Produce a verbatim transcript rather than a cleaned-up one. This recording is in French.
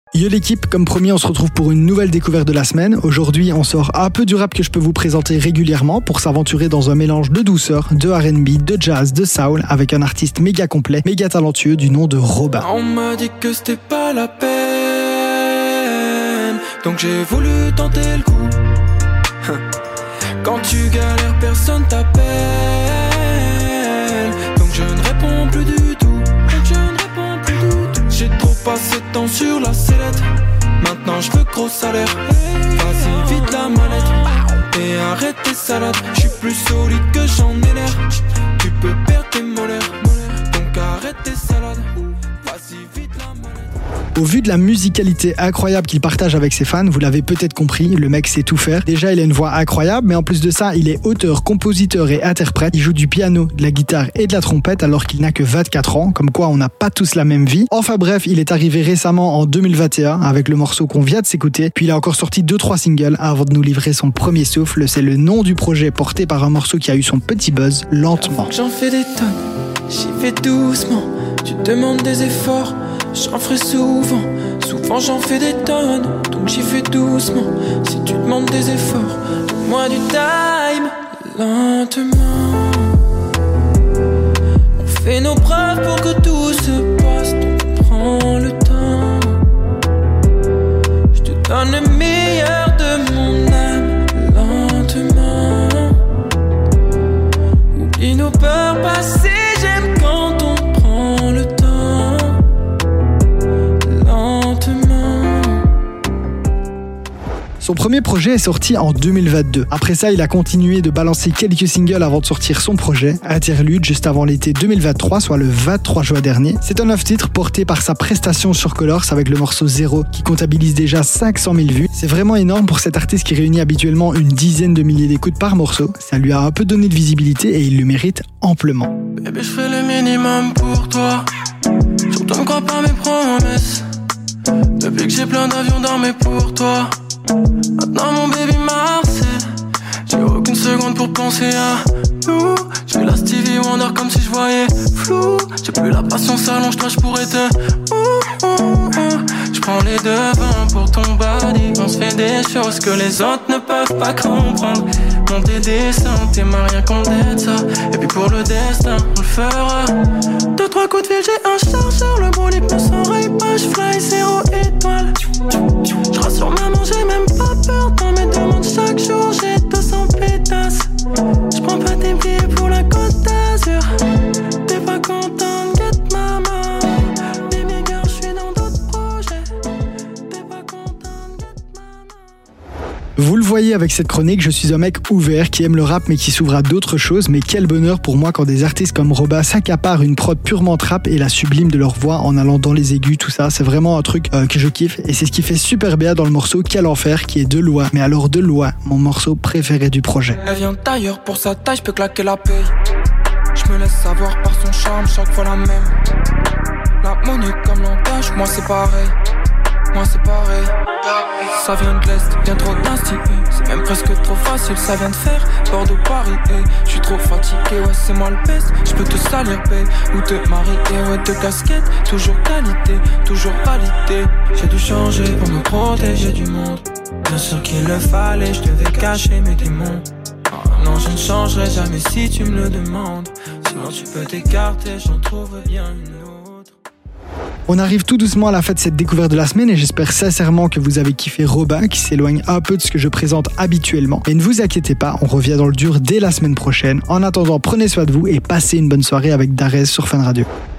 Yo l'équipe, comme promis, on se retrouve pour une nouvelle découverte de la semaine. Aujourd'hui, on sort un peu du rap que je peux vous présenter régulièrement pour s'aventurer dans un mélange de douceur, de R and B, de jazz, de soul avec un artiste méga complet, méga talentueux du nom de Roba. On m'a dit que c'était pas la peine, donc j'ai voulu tenter le coup. Quand tu galères, personne t'appelle, donc je ne réponds plus du tout. Donc je ne réponds plus du tout. J'ai trop passé de temps sur la sellette, maintenant je veux gros salaire. Vas-y vite la mallette et arrête tes salades. Je suis plus solide que j'en ai l'air. Tu peux perdre tes molaires, donc arrête tes salades. Vas-y vite la mallette. Au vu de la musicalité incroyable qu'il partage avec ses fans, vous l'avez peut-être compris, le mec sait tout faire. Déjà, il a une voix incroyable, mais en plus de ça, il est auteur, compositeur et interprète. Il joue du piano, de la guitare et de la trompette alors qu'il n'a que vingt-quatre ans, comme quoi on n'a pas tous la même vie. Enfin bref, il est arrivé récemment en deux mille vingt et un avec le morceau qu'on vient de s'écouter, puis il a encore sorti deux trois singles avant de nous livrer son premier souffle. C'est le nom du projet porté par un morceau qui a eu son petit buzz, Lentement. J'en fais des tonnes, j'y vais doucement. Tu demandes des efforts, j'en ferai souvent. Souvent j'en fais des tonnes, donc j'y fais doucement. Si tu demandes des efforts, donne-moi du time. Lentement, on fait nos preuves pour que tout se passe. Donc prends le temps, je te donne le meilleur de mon âme. Lentement, oublie nos peurs passées. J'aime quand on prend le temps. Son premier projet est sorti en deux mille vingt-deux. Après ça, il a continué de balancer quelques singles avant de sortir son projet, Interlude, juste avant l'été deux mille vingt-trois, soit le vingt-trois juin dernier. C'est un neuf titres porté par sa prestation sur Colors avec le morceau Zéro, qui comptabilise déjà cinq cent mille vues. C'est vraiment énorme pour cet artiste qui réunit habituellement une dizaine de milliers d'écoutes par morceau. Ça lui a un peu donné de visibilité et il le mérite amplement. Bébé, je fais le minimum pour toi. Surtout ne crois pas mes promesses. Depuis que j'ai plein d'avions d'armée pour toi. Maintenant mon baby m'harcèle. J'ai aucune seconde pour penser à nous. Je fais la Stevie Wonder comme si je voyais flou. J'ai plus la patience, allonge-toi, je pourrais te ouh, ouh, ouh. Je prends les devants pour ton body. On se fait des choses que les autres ne peuvent pas comprendre. Monter, descendre, t'es mal rien qu'on aide ça. Et puis pour le destin, on le fera. Deux, trois coups de fil, j'ai un chargeur. Le bolide ne s'enraye pas, je fly zéro étoile. Je rassure maman, j'ai même pas peur. Dans mes demandes chaque jour, j'ai deux cents pétasses. Je prends pas tes billets pour la Côte d'Azur. T'es pas contente, get maman. Baby girl, je suis dans d'autres projets. T'es pas contente, get maman. Vous le voyez avec cette chronique, je suis un mec ouvert qui aime le rap mais qui s'ouvre à d'autres choses. Mais quel bonheur pour moi quand des artistes comme Roba s'accaparent une prod purement trap et la sublime de leur voix en allant dans les aigus, tout ça. C'est vraiment un truc euh, que je kiffe et c'est ce qui fait super bien dans le morceau Quel enfer qui est de loin. Mais alors de loin, mon morceau préféré du projet. Elle vient d'ailleurs pour sa taille, je peux claquer la paye. Je me laisse savoir par son charme, chaque fois la même. La monnaie comme langage, moi c'est pareil. Moi c'est pareil. Ça vient de l'Est, bien trop d'instillé. C'est même presque trop facile, ça vient de faire Bordeaux, Paris, hey. Je suis trop fatigué, ouais c'est moi le best. Je peux te salir, babe, ou te marier, ouais deux casquettes. Toujours qualité, toujours qualité. J'ai dû changer pour me protéger du monde. Bien sûr qu'il le fallait, je devais cacher mes démons. Oh, non je ne changerai jamais si tu me le demandes. Sinon tu peux t'écarter, j'en trouve bien une autre. On arrive tout doucement à la fin de cette découverte de la semaine et j'espère sincèrement que vous avez kiffé Roba qui s'éloigne un peu de ce que je présente habituellement. Mais ne vous inquiétez pas, on revient dans le dur dès la semaine prochaine. En attendant, prenez soin de vous et passez une bonne soirée avec Darès sur Fun Radio.